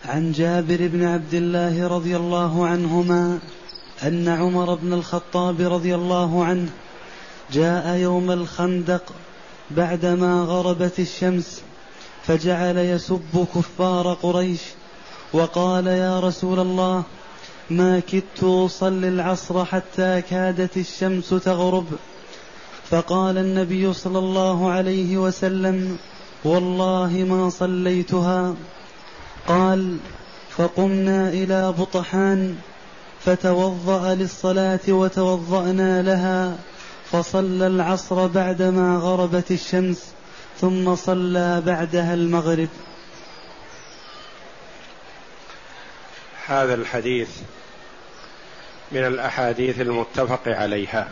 عن جابر بن عبد الله رضي الله عنهما أن عمر بن الخطاب رضي الله عنه جاء يوم الخندق بعدما غربت الشمس، فجعل يسب كفار قريش وقال: يا رسول الله، ما كدت أصلي العصر حتى كادت الشمس تغرب. فقال النبي صلى الله عليه وسلم: والله ما صليتها. قال: فقمنا إلى بطحان فتوضأ للصلاة وتوضأنا لها، فصلى العصر بعدما غربت الشمس، ثم صلى بعدها المغرب. هذا الحديث من الأحاديث المتفق عليها.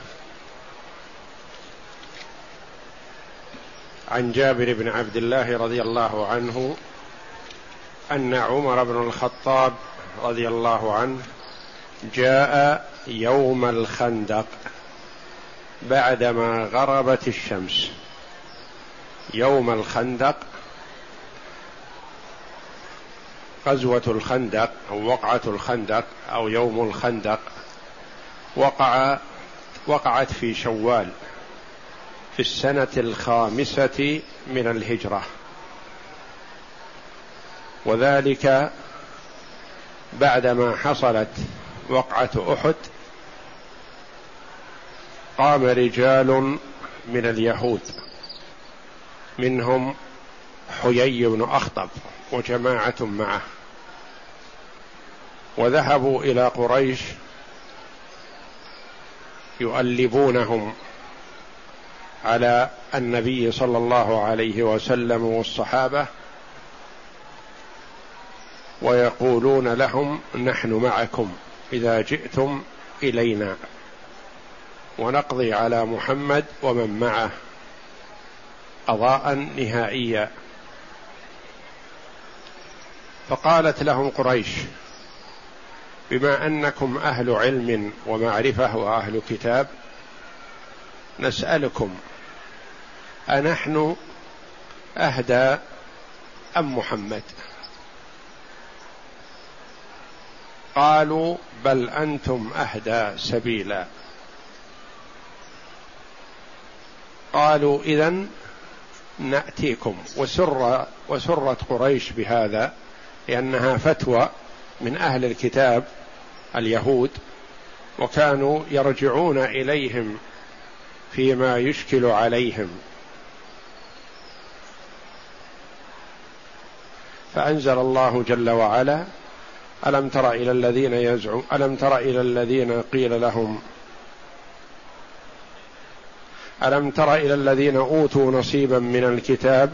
عن جابر بن عبد الله رضي الله عنه أن عمر بن الخطاب رضي الله عنه جاء يوم الخندق بعدما غربت الشمس. يوم الخندق غزوة الخندق أو وقعة الخندق أو يوم الخندق وقعت في شوال في السنة 5 من الهجرة، وذلك بعدما حصلت وقعة أحد قام رجال من اليهود منهم حيي بن أخطب وجماعة معه، وذهبوا إلى قريش يؤلبونهم على النبي صلى الله عليه وسلم والصحابة، ويقولون لهم: نحن معكم إذا جئتم إلينا، ونقضي على محمد ومن معه قضاء نهائيا. فقالت لهم قريش: بما أنكم أهل علم ومعرفة وأهل كتاب، نسألكم: أنحن أهدى أم محمد؟ قالوا: بل أنتم أهدى سبيلا. قالوا: إذن نأتيكم. وسرت قريش بهذا، لأنها فتوى من أهل الكتاب اليهود، وكانوا يرجعون إليهم فيما يشكل عليهم. فأنزل الله جل وعلا: ألم تر إلى الذين أوتوا نصيبا من الكتاب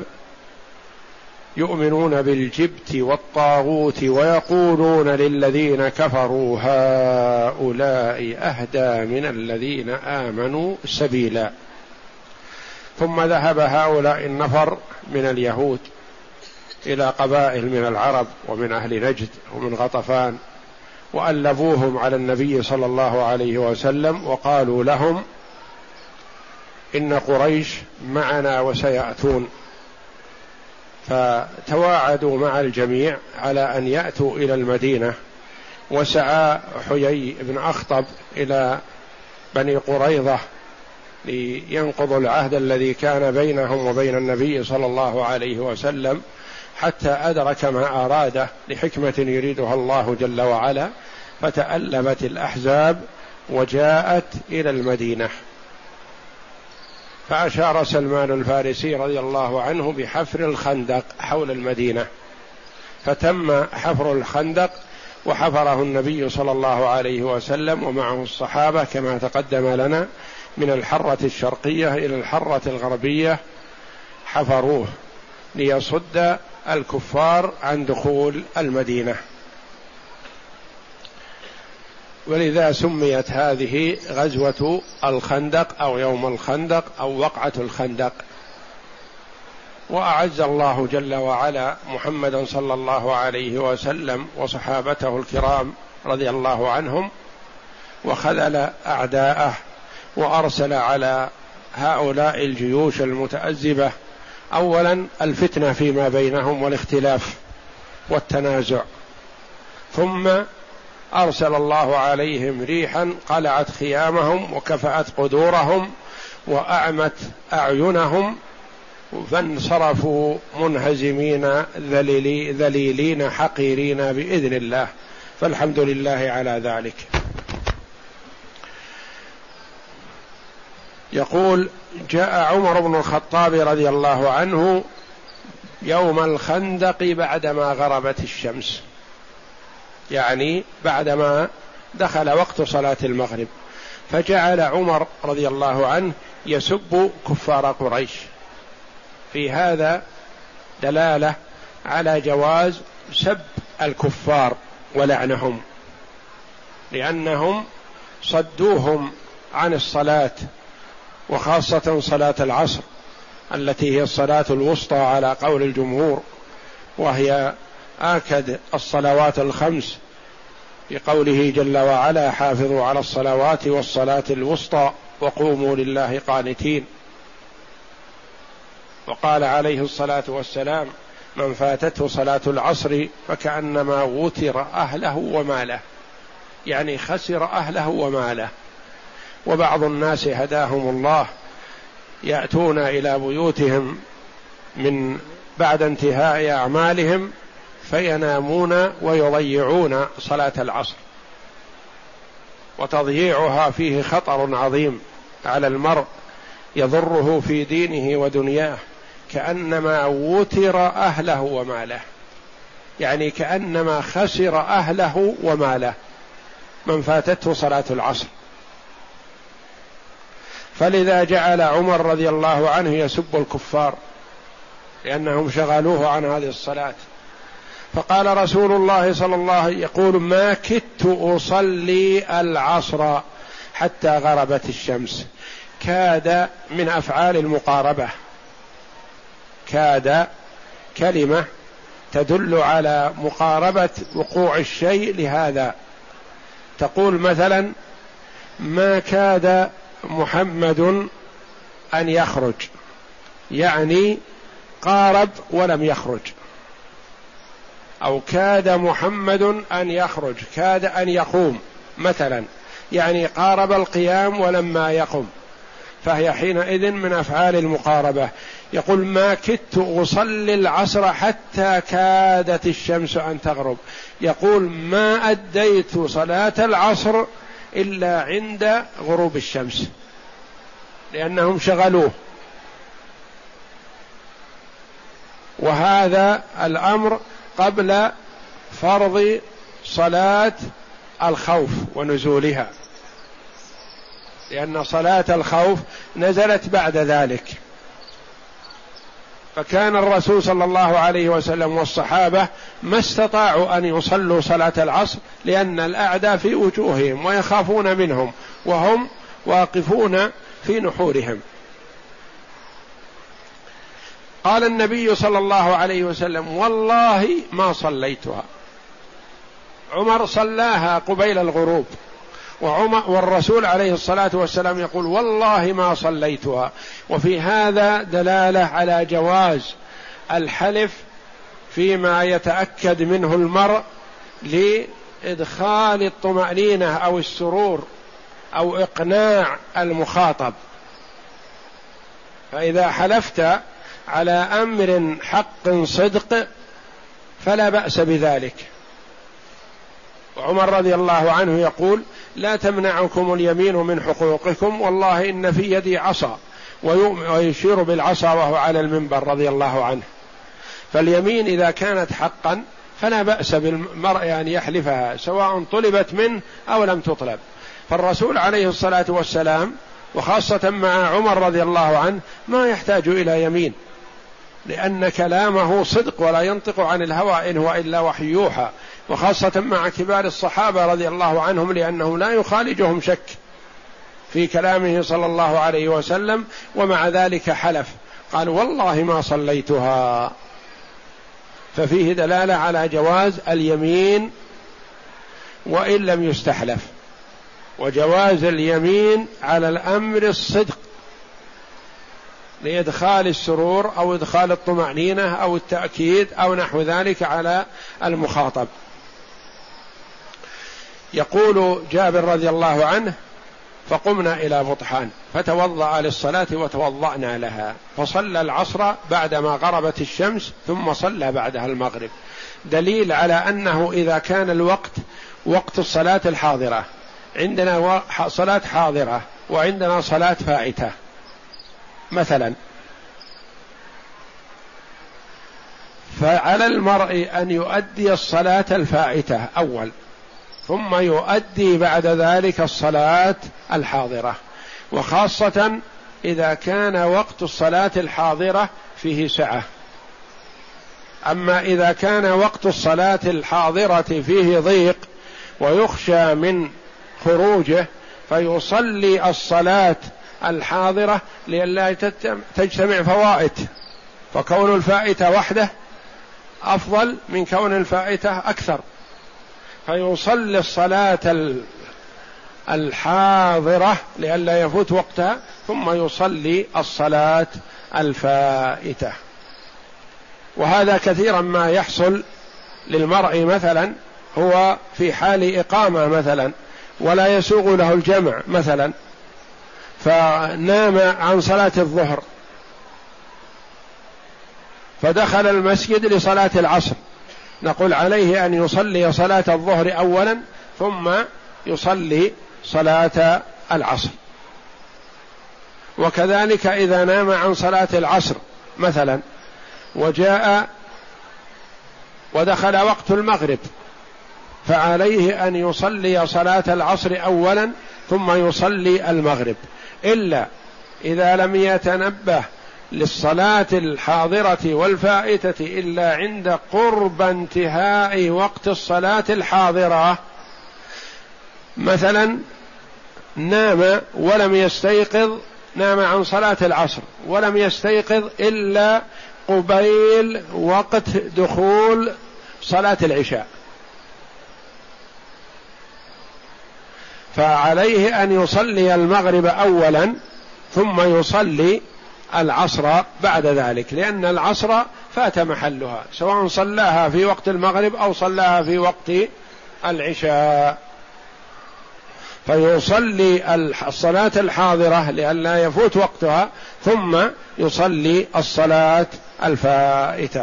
يؤمنون بالجبت والطاغوت ويقولون للذين كفروا هؤلاء أهدى من الذين آمنوا سبيلا. ثم ذهب هؤلاء النفر من اليهود إلى قبائل من العرب ومن أهل نجد ومن غطفان، وألفوهم على النبي صلى الله عليه وسلم، وقالوا لهم: إن قريش معنا وسيأتون. فتواعدوا مع الجميع على أن يأتوا إلى المدينة، وسعى حيي بن أخطب إلى بني قريظة لينقضوا العهد الذي كان بينهم وبين النبي صلى الله عليه وسلم، حتى أدرك ما أراده لحكمة يريدها الله جل وعلا، فتألفت الأحزاب وجاءت إلى المدينة. فأشار سلمان الفارسي رضي الله عنه بحفر الخندق حول المدينة، فتم حفر الخندق، وحفره النبي صلى الله عليه وسلم ومعه الصحابة كما تقدم لنا، من الحرة الشرقية إلى الحرة الغربية حفروه ليصد الكفار عن دخول المدينة. ولذا سميت هذه غزوة الخندق أو يوم الخندق أو وقعة الخندق. وأعز الله جل وعلا محمدا صلى الله عليه وسلم وصحابته الكرام رضي الله عنهم، وخذل أعداءه، وأرسل على هؤلاء الجيوش المتأزبة أولا الفتنة فيما بينهم والاختلاف والتنازع، ثم أرسل الله عليهم ريحا قلعت خيامهم وكفأت قدورهم وأعمت أعينهم، فانصرفوا منهزمين ذليلين حقيرين بإذن الله، فالحمد لله على ذلك. يقول: جاء عمر بن الخطاب رضي الله عنه يوم الخندق بعدما غربت الشمس، يعني بعدما دخل وقت صلاة المغرب، فجعل عمر رضي الله عنه يسب كفار قريش. في هذا دلالة على جواز سب الكفار ولعنهم، لأنهم صدوهم عن الصلاة، وخاصة صلاة العصر التي هي الصلاة الوسطى على قول الجمهور، وهي آكد الصلوات الخمس، بقوله جل وعلا: حافظوا على الصلوات والصلاة الوسطى وقوموا لله قانتين. وقال عليه الصلاة والسلام: من فاتته صلاة العصر فكأنما وتر أهله وماله، يعني خسر أهله وماله. وبعض الناس هداهم الله يأتون إلى بيوتهم من بعد انتهاء أعمالهم فينامون ويضيعون صلاة العصر، وتضييعها فيه خطر عظيم على المرء يضره في دينه ودنياه، كأنما وتر أهله وماله، يعني كأنما خسر أهله وماله من فاتته صلاة العصر. فلذا جعل عمر رضي الله عنه يسب الكفار لأنهم شغلوه عن هذه الصلاة. فقال رسول الله صلى الله عليه وسلم يقول: ما كدت أصلي العصر حتى غربت الشمس. كاد من أفعال المقاربة، كاد كلمة تدل على مقاربة وقوع الشيء لهذا. تقول مثلا: ما كاد محمد أن يخرج، يعني قارب ولم يخرج. أو كاد محمد أن يخرج، كاد أن يقوم مثلا، يعني قارب القيام ولما يقم، فهي حينئذ من أفعال المقاربة. يقول: ما كدت أصلي العصر حتى كادت الشمس أن تغرب، يقول ما أديت صلاة العصر إلا عند غروب الشمس، لأنهم شغلوه. وهذا الأمر قبل فرض صلاة الخوف ونزولها، لأن صلاة الخوف نزلت بعد ذلك. فكان الرسول صلى الله عليه وسلم والصحابة ما استطاعوا أن يصلوا صلاة العصر، لأن الأعداء في وجوههم ويخافون منهم وهم واقفون في نحورهم. قال النبي صلى الله عليه وسلم: والله ما صليتها. عمر صلاها قبيل الغروب، والرسول عليه الصلاة والسلام يقول: والله ما صليتها. وفي هذا دلالة على جواز الحلف فيما يتأكد منه المرء لإدخال الطمأنينة أو السرور أو إقناع المخاطب. فإذا حلفت على أمر حق صدق فلا بأس بذلك. وعمر رضي الله عنه يقول: لا تمنعكم اليمين من حقوقكم، والله إن في يدي عصا، ويشير بالعصا وهو على المنبر رضي الله عنه. فاليمين إذا كانت حقا فلا بأس بالمرء أن يحلفها سواء طلبت منه أو لم تطلب. فالرسول عليه الصلاة والسلام وخاصة مع عمر رضي الله عنه ما يحتاج إلى يمين، لأن كلامه صدق ولا ينطق عن الهوى إن هو إلا وحي يوحى، وخاصة مع كبار الصحابة رضي الله عنهم، لأنهم لا يخالجهم شك في كلامه صلى الله عليه وسلم، ومع ذلك حلف قال: والله ما صليتها. ففيه دلالة على جواز اليمين وإن لم يستحلف، وجواز اليمين على الأمر الصدق لإدخال السرور أو إدخال الطمأنينة أو التأكيد أو نحو ذلك على المخاطب. يقول جابر رضي الله عنه: فقمنا إلى بطحان فتوضأ للصلاة وتوضأنا لها، فصلى العصر بعدما غربت الشمس ثم صلى بعدها المغرب، دليل على أنه إذا كان الوقت وقت الصلاة الحاضرة، عندنا صلاة حاضرة وعندنا صلاة فائتة مثلا، فعلى المرء أن يؤدي الصلاة الفائتة أول، ثم يؤدي بعد ذلك الصلاة الحاضرة، وخاصة إذا كان وقت الصلاة الحاضرة فيه سعة. أما إذا كان وقت الصلاة الحاضرة فيه ضيق ويخشى من خروجه فيصلي الصلاة الحاضرة لئلا تجتمع فوائت، فكون الفائتة وحده أفضل من كون الفائتة أكثر، فيصلي الصلاة الحاضرة لئلا يفوت وقتها ثم يصلي الصلاة الفائتة. وهذا كثيرا ما يحصل للمرء، مثلا هو في حال إقامة مثلا ولا يسوغ له الجمع مثلا، فنام عن صلاة الظهر فدخل المسجد لصلاة العصر، نقول عليه أن يصلي صلاة الظهر أولا ثم يصلي صلاة العصر. وكذلك إذا نام عن صلاة العصر مثلا وجاء ودخل وقت المغرب فعليه أن يصلي صلاة العصر أولا ثم يصلي المغرب، إلا إذا لم يتنبه للصلاة الحاضرة والفائتة إلا عند قرب انتهاء وقت الصلاة الحاضرة، مثلا نام ولم يستيقظ، نام عن صلاة العصر ولم يستيقظ إلا قبيل وقت دخول صلاة العشاء، فعليه أن يصلي المغرب أولا ثم يصلي العصر بعد ذلك، لأن العصر فات محلها سواء صلاها في وقت المغرب أو صلاها في وقت العشاء، فيصلي الصلاة الحاضرة لئلا يفوت وقتها ثم يصلي الصلاة الفائتة.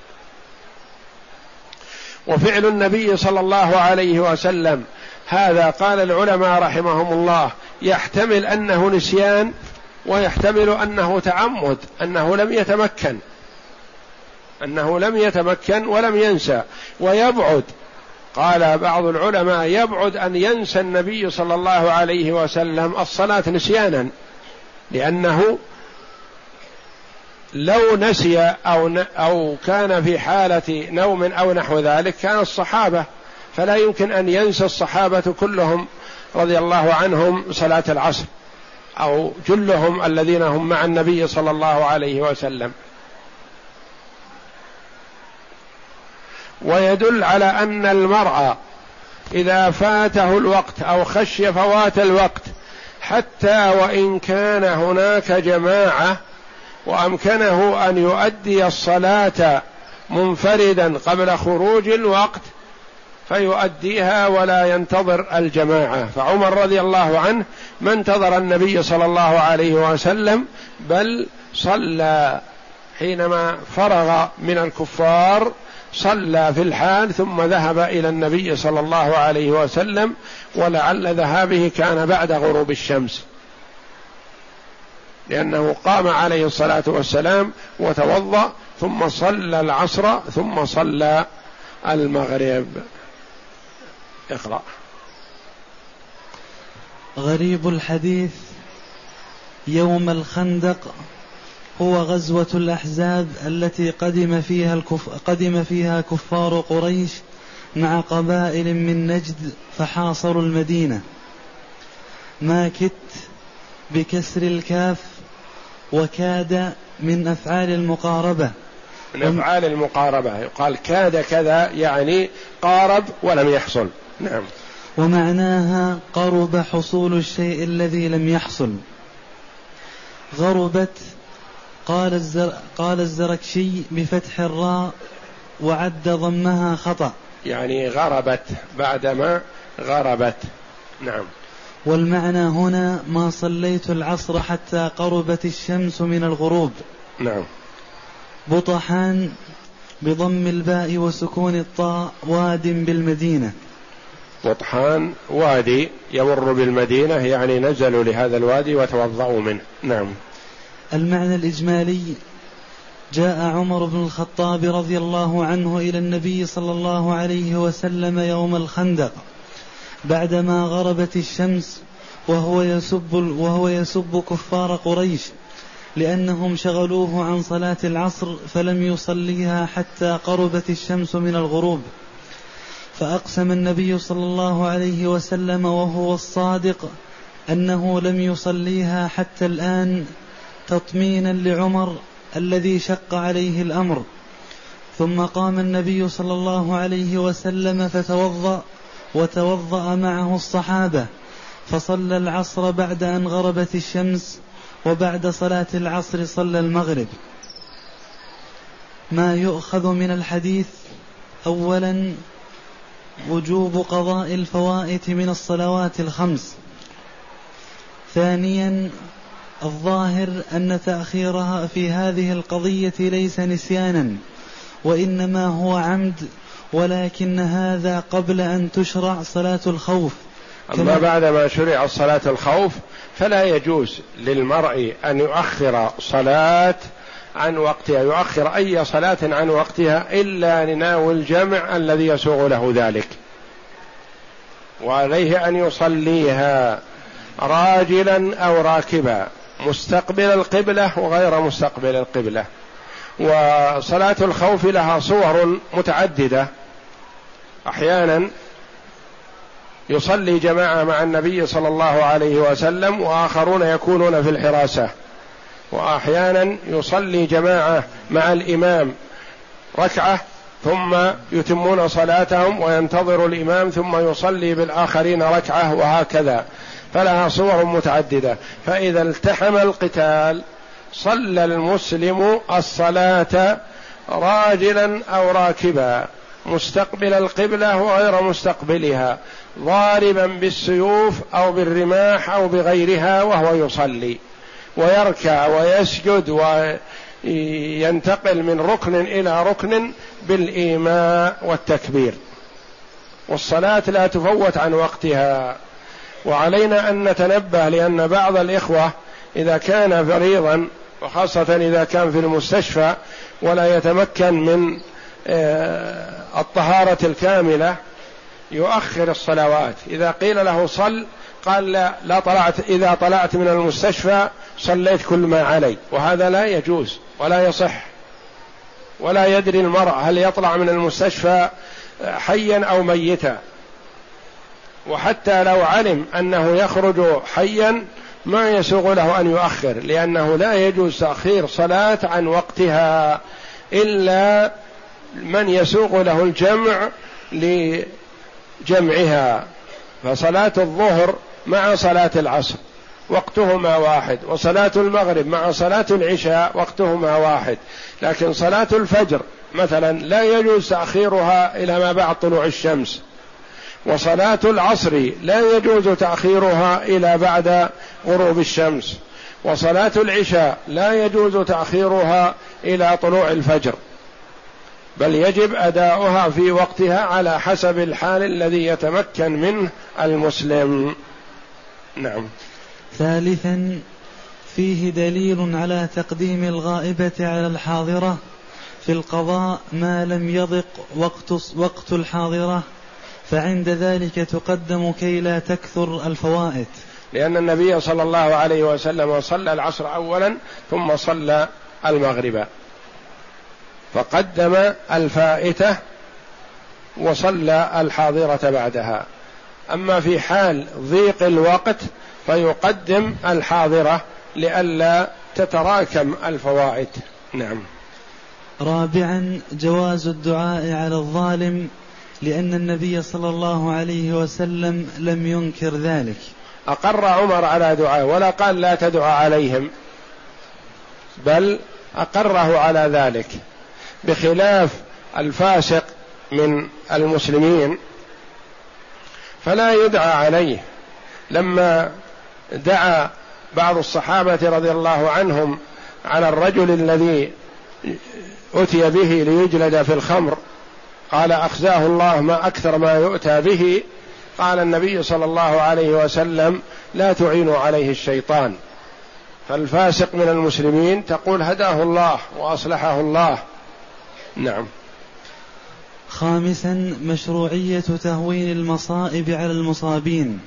وفعل النبي صلى الله عليه وسلم هذا قال العلماء رحمهم الله يحتمل أنه نسيان ويحتمل أنه تعمد، أنه لم يتمكن ولم ينسى، ويبعد، قال بعض العلماء يبعد أن ينسى النبي صلى الله عليه وسلم الصلاة نسيانا، لأنه لو نسي أو كان في حالة نوم أو نحو ذلك كان الصحابة، فلا يمكن أن ينسى الصحابة كلهم رضي الله عنهم صلاة العصر أو جلهم الذين هم مع النبي صلى الله عليه وسلم. ويدل على أن المرء إذا فاته الوقت أو خشي فوات الوقت حتى وإن كان هناك جماعة وأمكنه أن يؤدي الصلاة منفردا قبل خروج الوقت فيؤديها ولا ينتظر الجماعة. فعمر رضي الله عنه ما انتظر النبي صلى الله عليه وسلم، بل صلى حينما فرغ من الكفار، صلى في الحال ثم ذهب إلى النبي صلى الله عليه وسلم، ولعل ذهابه كان بعد غروب الشمس، لأنه قام عليه الصلاة والسلام وتوضأ ثم صلى العصر ثم صلى المغرب. اقرأ. غريب الحديث يوم الخندق هو غزوة الأحزاب التي قدم فيها كفار قريش مع قبائل من نجد فحاصروا المدينة. ما كت بكسر الكاف، وكاد من أفعال المقاربة، من أفعال المقاربة، يقال كاد كذا يعني قارب ولم يحصل. نعم. ومعناها قرب حصول الشيء الذي لم يحصل. غربت قال الزركشي بفتح الراء وعد ضمها خطأ، يعني غربت بعدما غربت. نعم. والمعنى هنا ما صليت العصر حتى قربت الشمس من الغروب. نعم. بطحان بضم الباء وسكون الطاء واد بالمدينة. بطحان وادي يمر بالمدينة، يعني نزلوا لهذا الوادي وتوضأوا منه. نعم. المعنى الإجمالي: جاء عمر بن الخطاب رضي الله عنه إلى النبي صلى الله عليه وسلم يوم الخندق بعدما غربت الشمس وهو يسب كفار قريش لأنهم شغلوه عن صلاة العصر فلم يصليها حتى قربت الشمس من الغروب، فأقسم النبي صلى الله عليه وسلم وهو الصادق أنه لم يصليها حتى الآن تطمينا لعمر الذي شق عليه الأمر. ثم قام النبي صلى الله عليه وسلم فتوضأ وتوضأ معه الصحابة، فصلى العصر بعد أن غربت الشمس، وبعد صلاة العصر صلى المغرب. ما يؤخذ من الحديث: أولا وجوب قضاء الفوائت من الصلوات الخمس. ثانيا الظاهر أن تأخيرها في هذه القضية ليس نسيانا وإنما هو عمد، ولكن هذا قبل أن تشرع صلاة الخوف. أما بعد ما شرع صلاة الخوف فلا يجوز للمرء أن يؤخر صلاة عن وقتها، يؤخر أي صلاة عن وقتها إلا لناوي الجمع الذي يسوغ له ذلك، وعليه أن يصليها راجلا أو راكبا، مستقبل القبلة وغير مستقبل القبلة. وصلاة الخوف لها صور متعددة، أحيانا يصلي جماعة مع النبي صلى الله عليه وسلم وآخرون يكونون في الحراسة، وأحيانا يصلي جماعة مع الإمام ركعة ثم يتمون صلاتهم وينتظر الإمام ثم يصلي بالآخرين ركعة، وهكذا، فلها صور متعددة. فإذا التحم القتال صلى المسلم الصلاة راجلا أو راكبا، مستقبل القبلة وغير مستقبلها، ضاربا بالسيوف أو بالرماح أو بغيرها وهو يصلي، ويركع ويسجد وينتقل من ركن إلى ركن بالإيماء والتكبير. والصلاة لا تفوت عن وقتها. وعلينا أن نتنبه، لأن بعض الإخوة إذا كان فريضا، وخاصة إذا كان في المستشفى ولا يتمكن من الطهارة الكاملة، يؤخر الصلوات. إذا قيل له صل قال لا طلعت، إذا طلعت من المستشفى صليت كل ما علي، وهذا لا يجوز ولا يصح. ولا يدري المرء هل يطلع من المستشفى حيا أو ميتا، وحتى لو علم أنه يخرج حيا ما يسوغ له أن يؤخر، لأنه لا يجوز تأخير صلاة عن وقتها إلا من يسوغ له الجمع لجمعها. فصلاة الظهر مع صلاة العصر وقتهما واحد، وصلاة المغرب مع صلاة العشاء وقتهما واحد، لكن صلاة الفجر مثلا لا يجوز تأخيرها إلى ما بعد طلوع الشمس، وصلاة العصر لا يجوز تأخيرها إلى بعد غروب الشمس، وصلاة العشاء لا يجوز تأخيرها إلى طلوع الفجر، بل يجب أداؤها في وقتها على حسب الحال الذي يتمكن منه المسلم. نعم. ثالثا فيه دليل على تقديم الغائبة على الحاضرة في القضاء ما لم يضق وقت الحاضرة، فعند ذلك تقدم كي لا تكثر الفوائت، لأن النبي صلى الله عليه وسلم صلى العصر أولا ثم صلى المغرب، فقدم الفائتة وصلى الحاضرة بعدها. أما في حال ضيق الوقت فيقدم الحاضرة لئلا تتراكم الفوائد. نعم. رابعا جواز الدعاء على الظالم، لأن النبي صلى الله عليه وسلم لم ينكر ذلك. أقر عمر على دعاء ولا قال لا تدعى عليهم، بل أقره على ذلك، بخلاف الفاسق من المسلمين فلا يدعى عليه. لما دعا بعض الصحابة رضي الله عنهم على الرجل الذي أتي به ليجلد في الخمر، قال أخزاه الله ما أكثر ما يؤتى به، قال النبي صلى الله عليه وسلم لا تعينوا عليه الشيطان. فالفاسق من المسلمين تقول هداه الله وأصلحه الله. نعم. خامسا مشروعية تهوين المصائب على المصابين.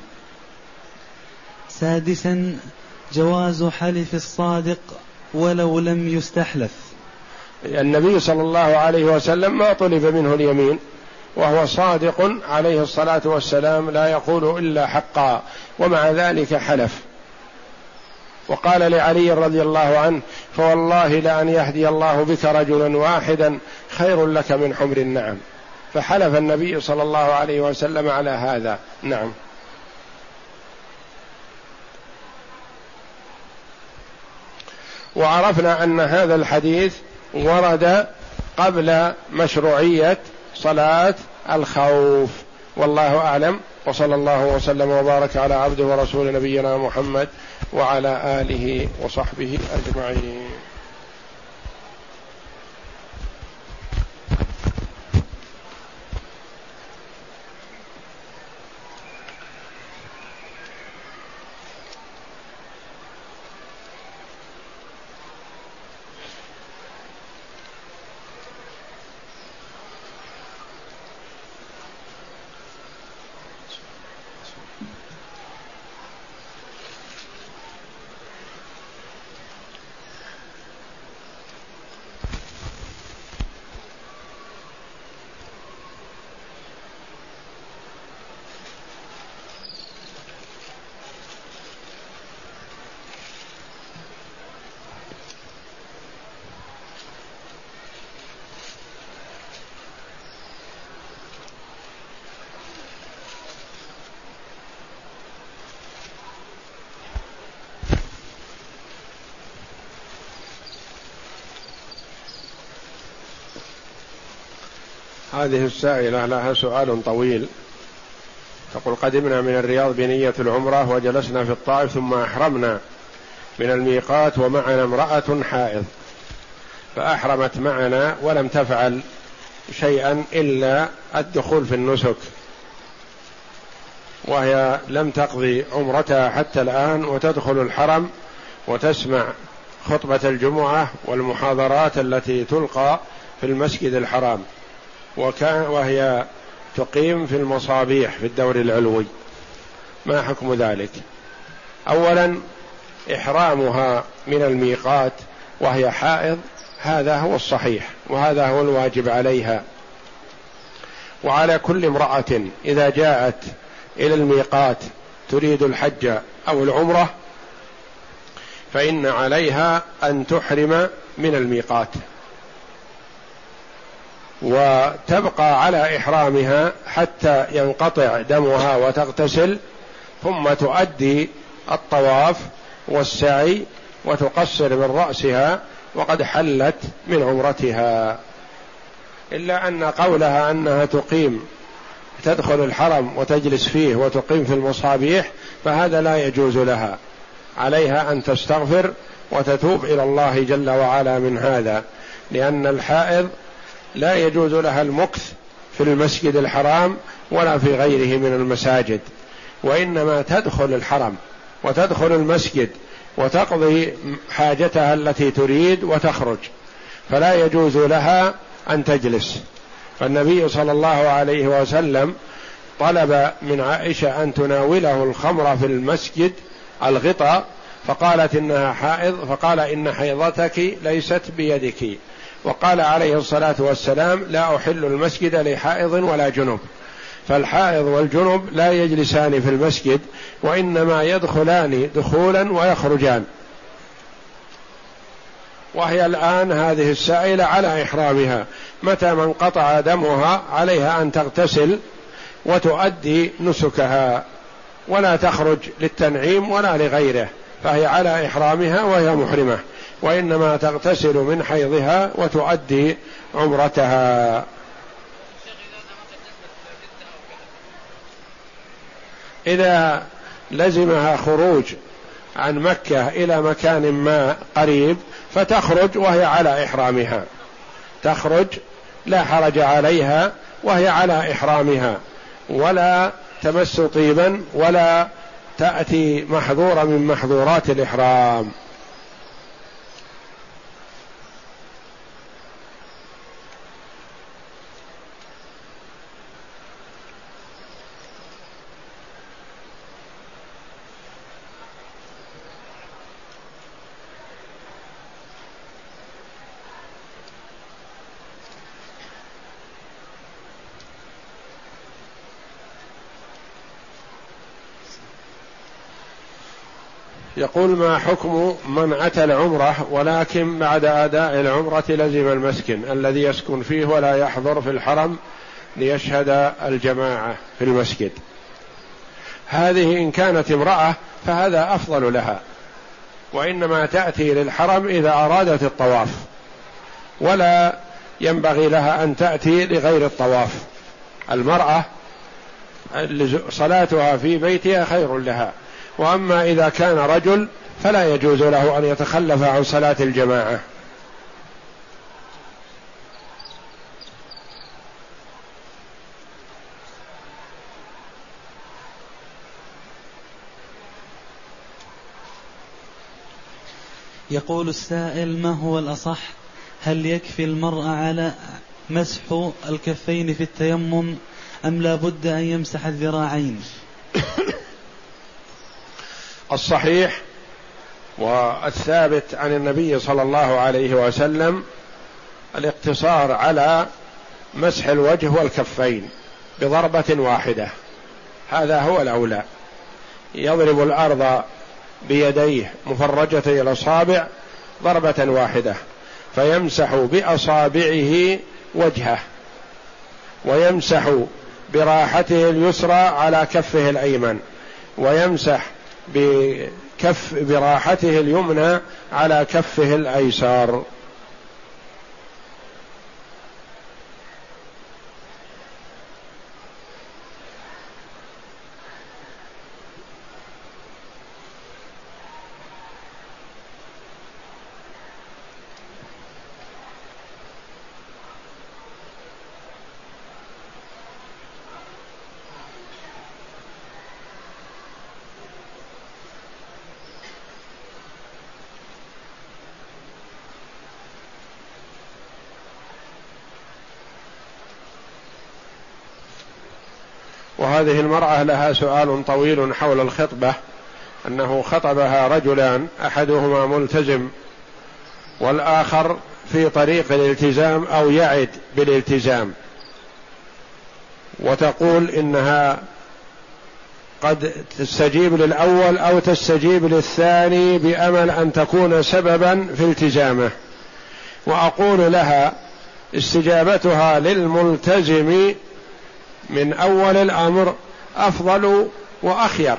سادسا جواز حلف الصادق ولو لم يستحلف. النبي صلى الله عليه وسلم ما طلب منه اليمين وهو صادق عليه الصلاة والسلام لا يقول إلا حقا، ومع ذلك حلف. وقال لعلي رضي الله عنه فوالله لأن يهدي الله بك رجلا واحدا خير لك من حمر النعم، فحلف النبي صلى الله عليه وسلم على هذا. نعم. وعرفنا أن هذا الحديث ورد قبل مشروعية صلاة الخوف، والله أعلم، وصلى الله وسلم وبارك على عبده ورسول نبينا محمد وعلى آله وصحبه أجمعين. هذه السائلة لها سؤال طويل، تقول قدمنا من الرياض بنية العمرة وجلسنا في الطائف ثم أحرمنا من الميقات ومعنا امرأة حائض، فأحرمت معنا ولم تفعل شيئا إلا الدخول في النسك، وهي لم تقضي عمرتها حتى الآن، وتدخل الحرم وتسمع خطبة الجمعة والمحاضرات التي تلقى في المسجد الحرام، وهي تقيم في المصابيح في الدور العلوي. ما حكم ذلك؟ أولا إحرامها من الميقات وهي حائض هذا هو الصحيح وهذا هو الواجب عليها، وعلى كل امرأة إذا جاءت إلى الميقات تريد الحج أو العمرة فإن عليها أن تحرم من الميقات وتبقى على إحرامها حتى ينقطع دمها وتغتسل، ثم تؤدي الطواف والسعي وتقصر من رأسها وقد حلت من عمرتها. إلا أن قولها أنها تقيم تدخل الحرم وتجلس فيه وتقيم في المصابيح فهذا لا يجوز لها، عليها أن تستغفر وتتوب إلى الله جل وعلا من هذا، لأن الحائض لا يجوز لها المكث في المسجد الحرام ولا في غيره من المساجد، وإنما تدخل الحرم وتدخل المسجد وتقضي حاجتها التي تريد وتخرج، فلا يجوز لها أن تجلس. فالنبي صلى الله عليه وسلم طلب من عائشة أن تناوله الخمر في المسجد الغطاء، فقالت إنها حائض، فقال إن حيضتك ليست بيدك، وقال عليه الصلاة والسلام لا أحل المسجد لحائض ولا جنب، فالحائض والجنب لا يجلسان في المسجد وإنما يدخلان دخولا ويخرجان. وهي الآن هذه السائلة على إحرامها، متى ما انقطع دمها عليها أن تغتسل وتؤدي نسكها ولا تخرج للتنعيم ولا لغيره، فهي على إحرامها وهي محرمة، وإنما تغتسل من حيضها وتؤدي عمرتها. إذا لزمها خروج عن مكة إلى مكان ما قريب فتخرج وهي على إحرامها، تخرج لا حرج عليها وهي على إحرامها، ولا تمس طيبا ولا تأتي محظورة من محظورات الإحرام. يقول: ما حكم من أتى العمرة ولكن بعد أداء العمرة لزم المسكن الذي يسكن فيه ولا يحضر في الحرم ليشهد الجماعة في المسجد؟ هذه إن كانت امرأة فهذا أفضل لها، وإنما تأتي للحرم إذا أرادت الطواف، ولا ينبغي لها أن تأتي لغير الطواف. المرأة صلاتها في بيتها خير لها، وأما إذا كان رجل فلا يجوز له أن يتخلف عن صلاة الجماعة. يقول السائل: ما هو الأصح، هل يكفي المرء على مسح الكفين في التيمم أم لا بد أن يمسح الذراعين؟ الصحيح والثابت عن النبي صلى الله عليه وسلم الاقتصار على مسح الوجه والكفين بضربة واحدة، هذا هو الأولى. يضرب الأرض بيديه مفرجتي الأصابع ضربة واحدة، فيمسح بأصابعه وجهه، ويمسح براحته اليسرى على كفه الأيمن، ويمسح براحته اليمنى على كفه الأيسر. وهذه المرأة لها سؤال طويل حول الخطبة، أنه خطبها رجلان، أحدهما ملتزم والآخر في طريق الالتزام أو يعد بالالتزام، وتقول إنها قد تستجيب للأول أو تستجيب للثاني بأمل أن تكون سببا في التزامه، وأقول لها استجابتها للملتزم من أول الأمر أفضل وأخير،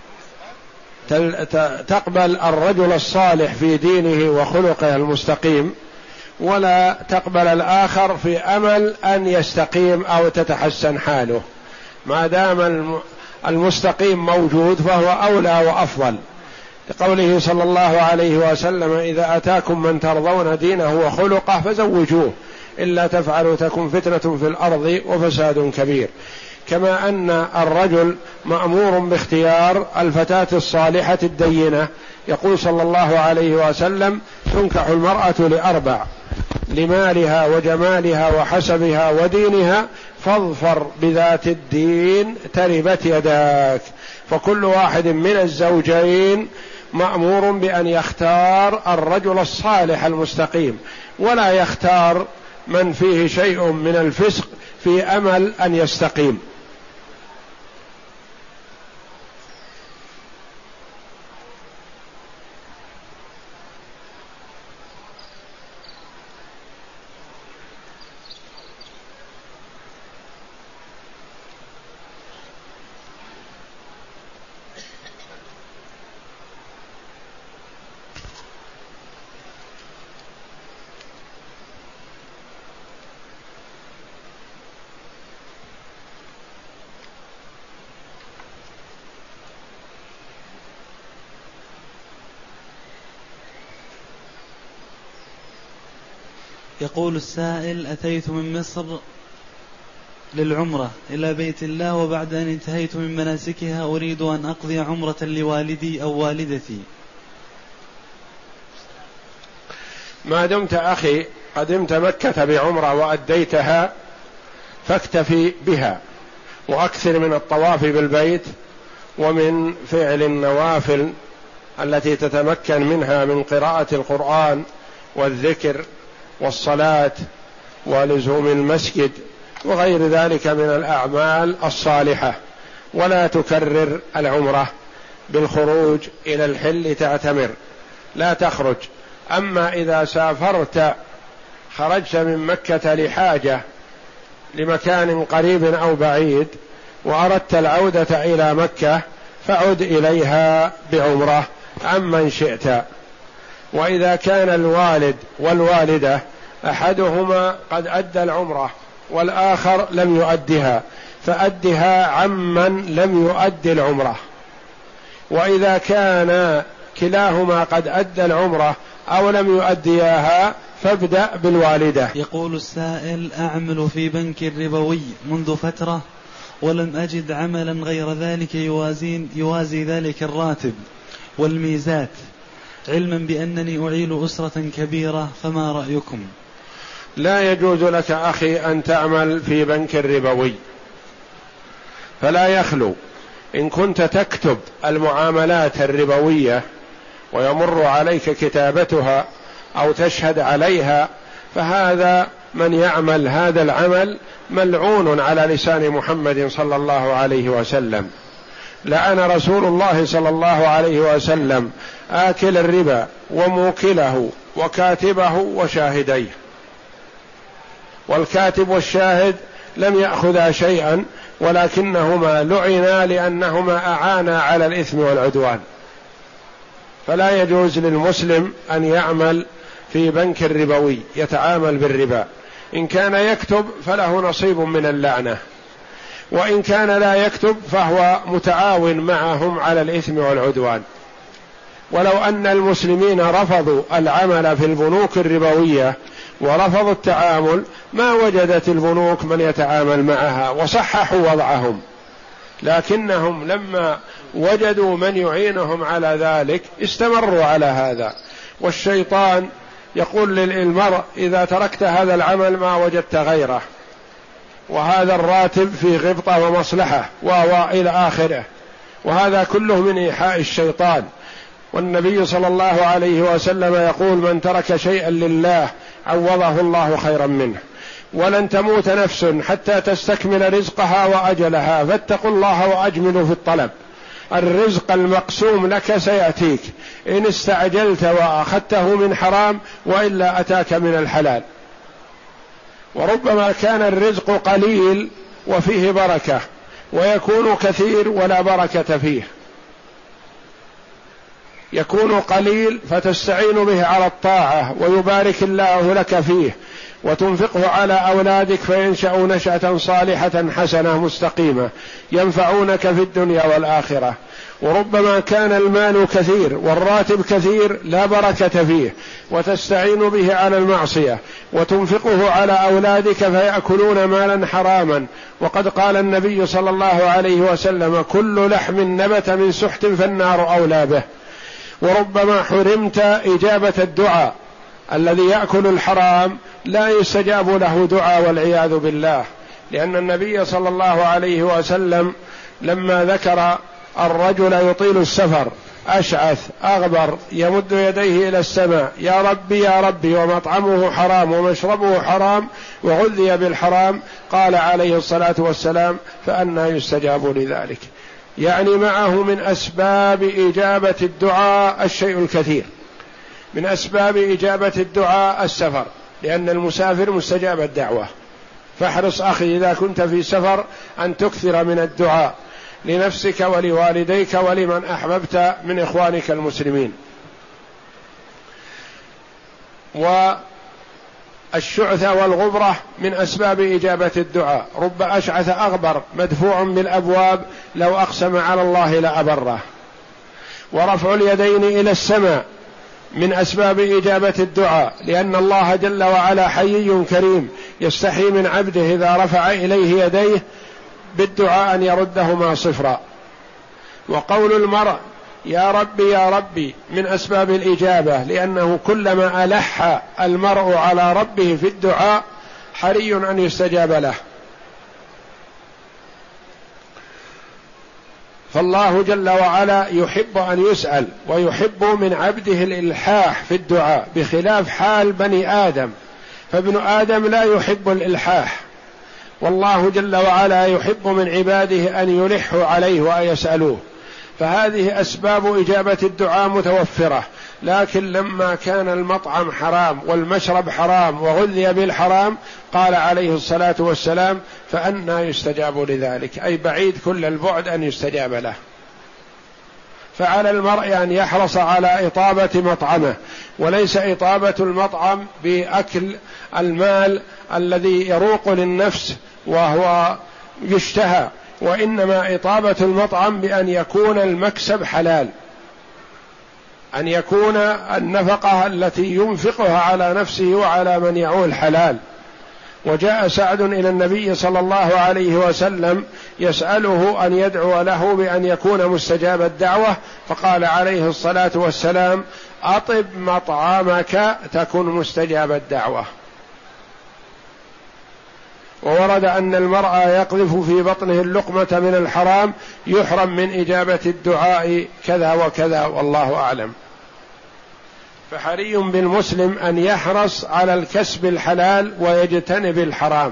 تقبل الرجل الصالح في دينه وخلقه المستقيم، ولا تقبل الآخر في أمل أن يستقيم أو تتحسن حاله. ما دام المستقيم موجود فهو أولى وأفضل، لقوله صلى الله عليه وسلم: إذا أتاكم من ترضون دينه وخلقه فزوجوه، إلا تفعلوا تكن فتنة في الأرض وفساد كبير. كما أن الرجل مأمور باختيار الفتاة الصالحة الدينة، يقول صلى الله عليه وسلم: تنكح المرأة لأربع: لمالها وجمالها وحسبها ودينها، فاظفر بذات الدين تربت يداك. فكل واحد من الزوجين مأمور بأن يختار الرجل الصالح المستقيم، ولا يختار من فيه شيء من الفسق في أمل أن يستقيم. يقول السائل: أتيت من مصر للعمرة إلى بيت الله، وبعد أن انتهيت من مناسكها أريد أن أقضي عمرة لوالدي أو والدتي. ما دمت أخي قدمت مكة بعمرة وأديتها فاكتفي بها، وأكثر من الطواف بالبيت ومن فعل النوافل التي تتمكن منها من قراءة القرآن والذكر والصلاة ولزوم المسجد وغير ذلك من الأعمال الصالحة، ولا تكرر العمرة بالخروج إلى الحل تعتمر، لا تخرج. أما إذا سافرت خرجت من مكة لحاجة لمكان قريب أو بعيد وأردت العودة إلى مكة فعد إليها بعمرة عمن شئت. وإذا كان الوالد والوالدة أحدهما قد أدى العمرة والآخر لم يؤدها فأدها عمن لم يؤدي العمرة. وإذا كان كلاهما قد أدى العمرة أو لم يؤديها فابدأ بالوالدة. يقول السائل: أعمل في بنك ربوي منذ فترة ولم أجد عملا غير ذلك يوازي ذلك الراتب والميزات، علما بأنني أعيل أسرة كبيرة، فما رأيكم؟ لا يجوز لك أخي أن تعمل في بنك ربوي، فلا يخلو إن كنت تكتب المعاملات الربوية ويمر عليك كتابتها أو تشهد عليها، فهذا من يعمل هذا العمل ملعون على لسان محمد صلى الله عليه وسلم. لعن رسول الله صلى الله عليه وسلم آكل الربا وموكله وكاتبه وشاهديه، والكاتب والشاهد لم يأخذا شيئا ولكنهما لعنا لأنهما أعانا على الإثم والعدوان. فلا يجوز للمسلم أن يعمل في بنك ربوي يتعامل بالربا، إن كان يكتب فله نصيب من اللعنة، وإن كان لا يكتب فهو متعاون معهم على الإثم والعدوان. ولو أن المسلمين رفضوا العمل في البنوك الربوية ورفضوا التعامل ما وجدت البنوك من يتعامل معها وصححوا وضعهم، لكنهم لما وجدوا من يعينهم على ذلك استمروا على هذا. والشيطان يقول للمرء: إذا تركت هذا العمل ما وجدت غيره، وهذا الراتب في غبطة ومصلحة إلى آخره، وهذا كله من إيحاء الشيطان. والنبي صلى الله عليه وسلم يقول: من ترك شيئا لله عوضه الله خيرا منه. ولن تموت نفس حتى تستكمل رزقها وأجلها، فاتقوا الله وأجملوا في الطلب. الرزق المقسوم لك سيأتيك إن استعجلت وأخذته من حرام، وإلا أتاك من الحلال. وربما كان الرزق قليل وفيه بركة، ويكون كثير ولا بركة فيه. يكون قليل فتستعين به على الطاعة ويبارك الله لك فيه، وتنفقه على أولادك فينشأوا نشأة صالحة حسنة مستقيمة ينفعونك في الدنيا والآخرة. وربما كان المال كثير والراتب كثير لا بركة فيه، وتستعين به على المعصية وتنفقه على أولادك فيأكلون مالا حراما. وقد قال النبي صلى الله عليه وسلم: كل لحم نبت من سحت فالنار أولى به. وربما حرمت إجابة الدعاء، الذي يأكل الحرام لا يستجاب له دعاء والعياذ بالله، لأن النبي صلى الله عليه وسلم لما ذكر الرجل يطيل السفر أشعث أغبر يمد يديه إلى السماء: يا ربي يا ربي، ومطعمه حرام ومشربه حرام وغذي بالحرام، قال عليه الصلاة والسلام: فأنى يستجاب لذلك. يعني معه من أسباب إجابة الدعاء الشيء الكثير. من أسباب إجابة الدعاء السفر، لأن المسافر مستجاب الدعوة. فاحرص أخي إذا كنت في سفر أن تكثر من الدعاء لنفسك ولوالديك ولمن أحببت من إخوانك المسلمين. والشعث والغبرة من أسباب إجابة الدعاء. رب أشعث أغبر مدفوع بالأبواب لو أقسم على الله لأبره. ورفع اليدين إلى السماء من أسباب إجابة الدعاء، لأن الله جل وعلا حيي كريم يستحي من عبده إذا رفع إليه يديه بالدعاء أن يردهما صفرا. وقول المرء يا ربي يا ربي من أسباب الإجابة، لأنه كلما ألح المرء على ربه في الدعاء حري أن يستجاب له. فالله جل وعلا يحب أن يسأل ويحب من عبده الإلحاح في الدعاء، بخلاف حال بني آدم، فابن آدم لا يحب الإلحاح، والله جل وعلا يحب من عباده أن يلحوا عليه ويسألوه. فهذه أسباب إجابة الدعاء متوفرة، لكن لما كان المطعم حرام والمشرب حرام وغذي بالحرام قال عليه الصلاة والسلام فأنى يستجاب لذلك، أي بعيد كل البعد أن يستجاب له. فعلى المرء أن يحرص على إطابة مطعمه، وليس إطابة المطعم بأكل المال الذي يروق للنفس وهو يشتهى، وإنما إطابة المطعم بأن يكون المكسب حلال، أن يكون النفقة التي ينفقها على نفسه وعلى من يعول حلال. وجاء سعد إلى النبي صلى الله عليه وسلم يسأله أن يدعو له بأن يكون مستجاب الدعوة، فقال عليه الصلاة والسلام أطب مطعمك تكن مستجاب الدعوة. وورد أن المرء يقذف في بطنه اللقمة من الحرام يحرم من إجابة الدعاء كذا وكذا، والله أعلم. فحري بالمسلم أن يحرص على الكسب الحلال ويجتنب الحرام.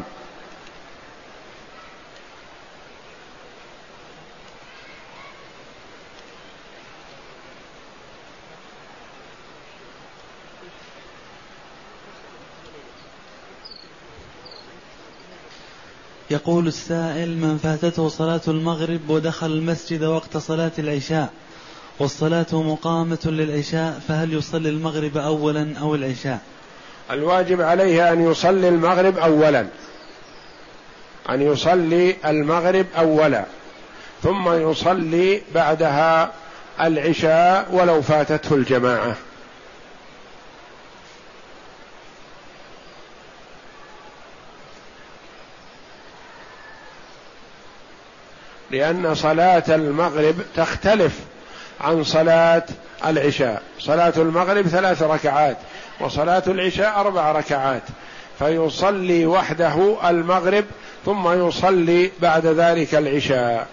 يقول السائل: من فاتته صلاة المغرب ودخل المسجد وقت صلاة العشاء والصلاة مقامة للعشاء، فهل يصلي المغرب أولا أو العشاء؟ الواجب عليه أن يصلي المغرب أولا، أن يصلي المغرب أولا، ثم يصلي بعدها العشاء ولو فاتته الجماعة، لأن صلاة المغرب تختلف عن صلاة العشاء. صلاة المغرب 3 ركعات وصلاة العشاء 4 ركعات، فيصلي وحده المغرب ثم يصلي بعد ذلك العشاء.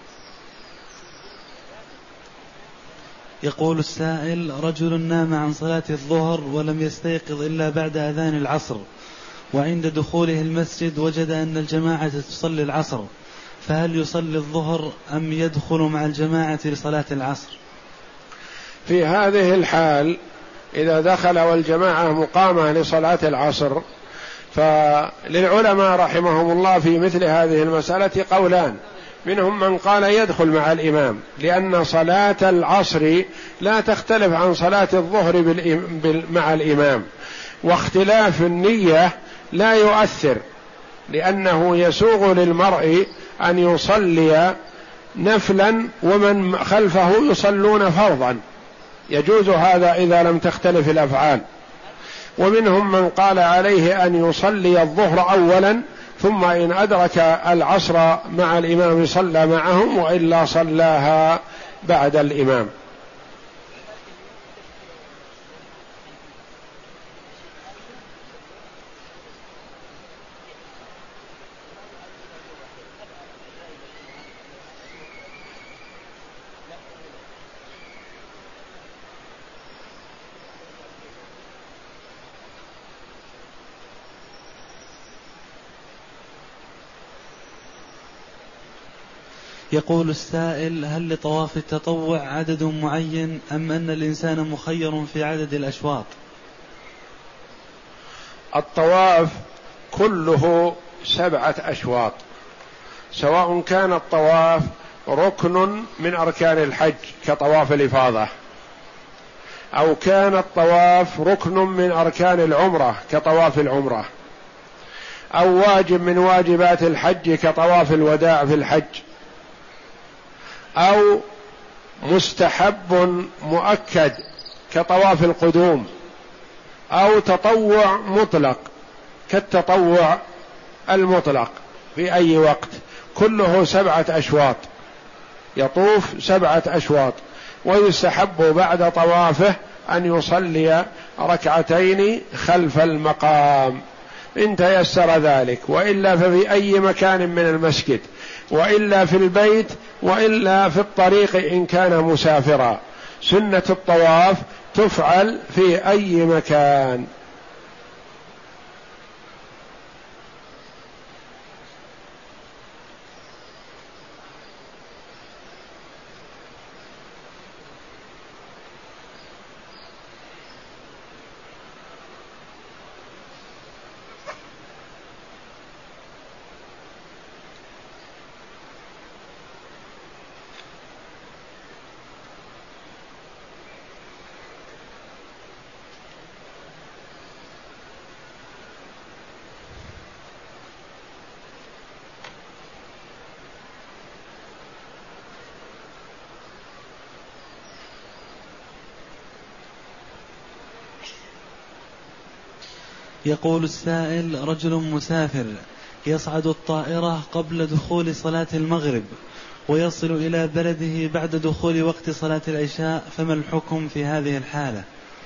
يقول السائل: رجل نام عن صلاة الظهر ولم يستيقظ إلا بعد أذان العصر، وعند دخوله المسجد وجد أن الجماعة تصلي العصر، فهل يصلي الظهر أم يدخل مع الجماعة لصلاة العصر؟ في هذه الحال إذا دخل والجماعة مقامة لصلاة العصر، فللعلماء رحمهم الله في مثل هذه المسألة قولان، منهم من قال يدخل مع الإمام، لأن صلاة العصر لا تختلف عن صلاة الظهر مع الإمام، واختلاف النية لا يؤثر، لأنه يسوغ للمرء أن يصلي نفلا ومن خلفه يصلون فرضا، يجوز هذا إذا لم تختلف الأفعال. ومنهم من قال عليه أن يصلي الظهر أولا، ثم إن أدرك العصر مع الإمام صلى معهم، وإلا صلاها بعد الإمام. يقول السائل: هل لطواف التطوع عدد معين أم أن الإنسان مخير في عدد الأشواط؟ الطواف كله 7 أشواط، سواء كان الطواف ركن من أركان الحج كطواف الإفاضة، أو كان الطواف ركن من أركان العمرة كطواف العمرة، أو واجب من واجبات الحج كطواف الوداع في الحج، أو مستحب مؤكد كطواف القدوم، أو تطوع مطلق كالتطوع المطلق في أي وقت، كله 7 أشواط، يطوف 7 أشواط. ويستحب بعد طوافه أن يصلي 2 خلف المقام إن تيسر ذلك، وإلا ففي أي مكان من المسجد، وإلا في البيت، وإلا في الطريق إن كان مسافرا. سنة الطواف تفعل في أي مكان. يقول السائل: رجل مسافر يصعد الطائرة قبل دخول صلاة المغرب ويصل إلى بلده بعد دخول وقت صلاة العشاء، فما الحكم في هذه الحالة؟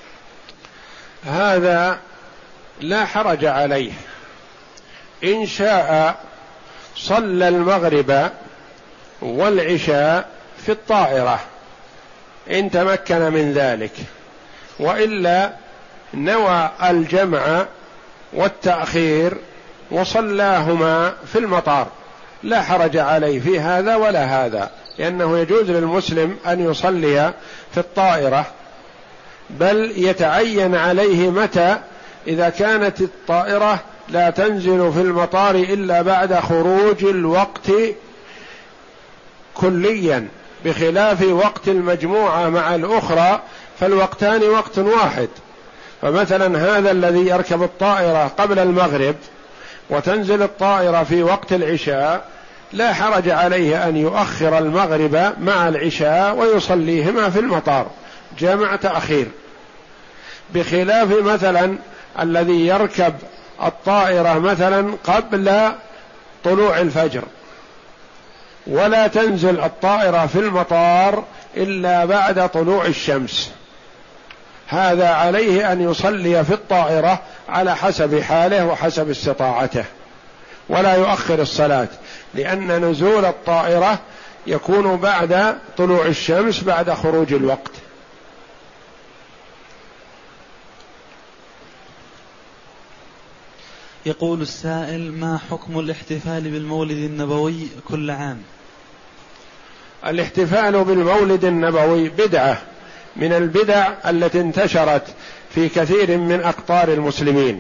هذا لا حرج عليه، إن شاء صلى المغرب والعشاء في الطائرة إن تمكن من ذلك، وإلا نوى الجمع والتأخير وصلاهما في المطار، لا حرج عليه في هذا ولا هذا، لأنه يجوز للمسلم أن يصلي في الطائرة، بل يتعين عليه متى، إذا كانت الطائرة لا تنزل في المطار إلا بعد خروج الوقت كليا، بخلاف وقت المجموعة مع الأخرى فالوقتان وقت واحد. فمثلا هذا الذي يركب الطائرة قبل المغرب وتنزل الطائرة في وقت العشاء لا حرج عليه أن يؤخر المغرب مع العشاء ويصليهما في المطار جمع تأخير، بخلاف مثلا الذي يركب الطائرة مثلا قبل طلوع الفجر ولا تنزل الطائرة في المطار إلا بعد طلوع الشمس، هذا عليه أن يصلي في الطائرة على حسب حاله وحسب استطاعته، ولا يؤخر الصلاة، لأن نزول الطائرة يكون بعد طلوع الشمس بعد خروج الوقت. يقول السائل: ما حكم الاحتفال بالمولد النبوي كل عام؟ الاحتفال بالمولد النبوي بدعة من البدع التي انتشرت في كثير من أقطار المسلمين،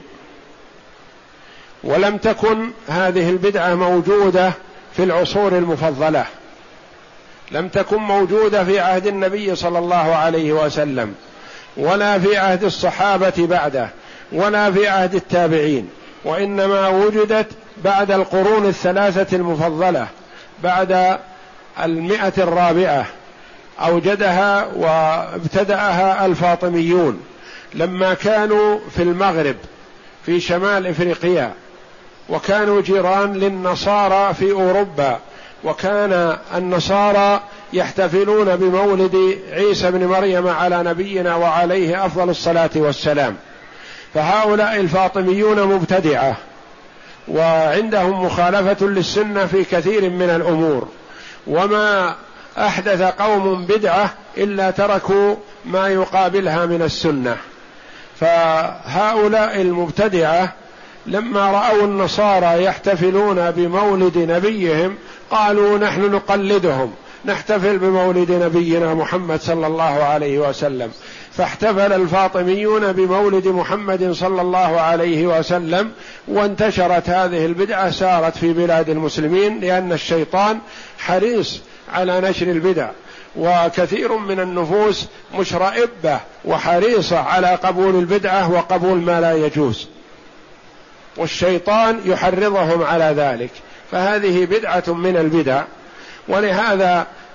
ولم تكن هذه البدعة موجودة في العصور المفضلة، لم تكن موجودة في عهد النبي صلى الله عليه وسلم، ولا في عهد الصحابة بعده، ولا في عهد التابعين، وإنما وجدت بعد القرون الثلاثة المفضلة، بعد 100 أوجدها وابتدأها الفاطميون لما كانوا في المغرب في شمال إفريقيا، وكانوا جيران للنصارى في أوروبا، وكان النصارى يحتفلون بمولد عيسى بن مريم على نبينا وعليه أفضل الصلاة والسلام. فهؤلاء الفاطميون مبتدعة وعندهم مخالفة للسنة في كثير من الأمور، وما أحدث قوم بدعة إلا تركوا ما يقابلها من السنة. فهؤلاء المبتدعة لما رأوا النصارى يحتفلون بمولد نبيهم قالوا نحن نقلدهم، نحتفل بمولد نبينا محمد صلى الله عليه وسلم، فاحتفل الفاطميون بمولد محمد صلى الله عليه وسلم، وانتشرت هذه البدعة، سارت في بلاد المسلمين، لأن الشيطان حريص على نشر البدع، وكثير من النفوس مشرئبة وحريصة على قبول البدعة وقبول ما لا يجوز، والشيطان يحرضهم على ذلك، فهذه بدعة من البدع. ولهذا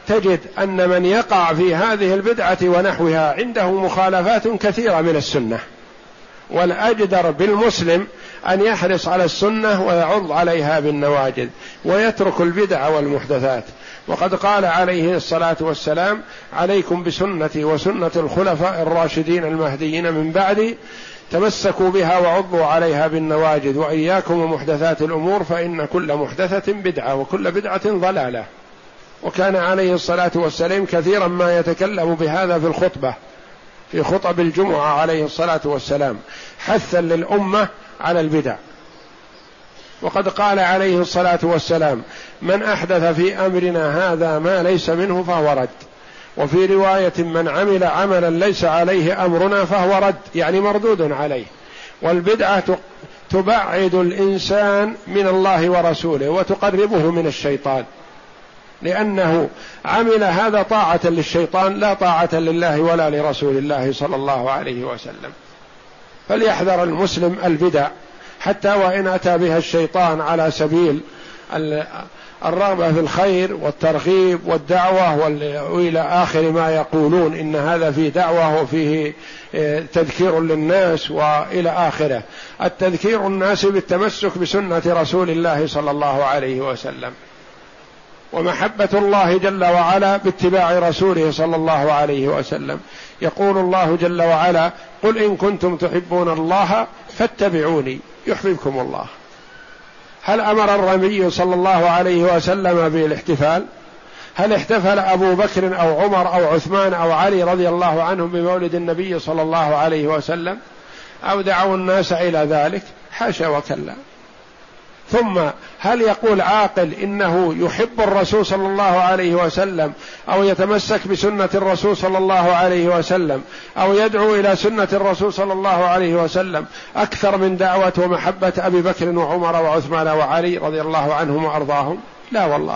تجد أن من يقع في هذه البدعة ونحوها عنده مخالفات كثيرة من السنة، والأجدر بالمسلم أن يحرص على السنة ويعض عليها بالنواجذ ويترك البدع والمحدثات. وقد قال عليه الصلاة والسلام: عليكم بسنتي وسنة الخلفاء الراشدين المهديين من بعدي، تمسكوا بها وعضوا عليها بالنواجذ، وإياكم ومحدثات الأمور فإن كل محدثة بدعة وكل بدعة ضلالة. وكان عليه الصلاة والسلام كثيرا ما يتكلم بهذا في الخطبة، في خطب الجمعة عليه الصلاة والسلام، حثا للأمة على البدع. وقد قال عليه الصلاة والسلام: من أحدث في أمرنا هذا ما ليس منه فهو رد. وفي رواية: من عمل عملا ليس عليه أمرنا فهو رد، يعني مردود عليه. والبدعة تبعد الإنسان من الله ورسوله وتقربه من الشيطان، لأنه عمل هذا طاعة للشيطان لا طاعة لله ولا لرسول الله صلى الله عليه وسلم. فليحذر المسلم البدع، حتى وإن أتى بها الشيطان على سبيل الرغبة في الخير والترغيب والدعوة وإلى آخر ما يقولون إن هذا فيه دعوة وفيه تذكير للناس وإلى آخره. التذكير الناس بالتمسك بسنة رسول الله صلى الله عليه وسلم، ومحبة الله جل وعلا باتباع رسوله صلى الله عليه وسلم. يقول الله جل وعلا: قل إن كنتم تحبون الله فاتبعوني يحببكم الله. هل أمر النبي صلى الله عليه وسلم بالاحتفال؟ هل احتفل أبو بكر أو عمر أو عثمان أو علي رضي الله عنهم بمولد النبي صلى الله عليه وسلم أو دعوا الناس إلى ذلك؟ حاشا وكلا. ثم هل يقول عاقل إنه يحب الرسول صلى الله عليه وسلم أو يتمسك بسنة الرسول صلى الله عليه وسلم أو يدعو إلى سنة الرسول صلى الله عليه وسلم أكثر من دعوة ومحبة أبي بكر وعمر وعثمان وعلي رضي الله عنهم وأرضاهم؟ لا والله.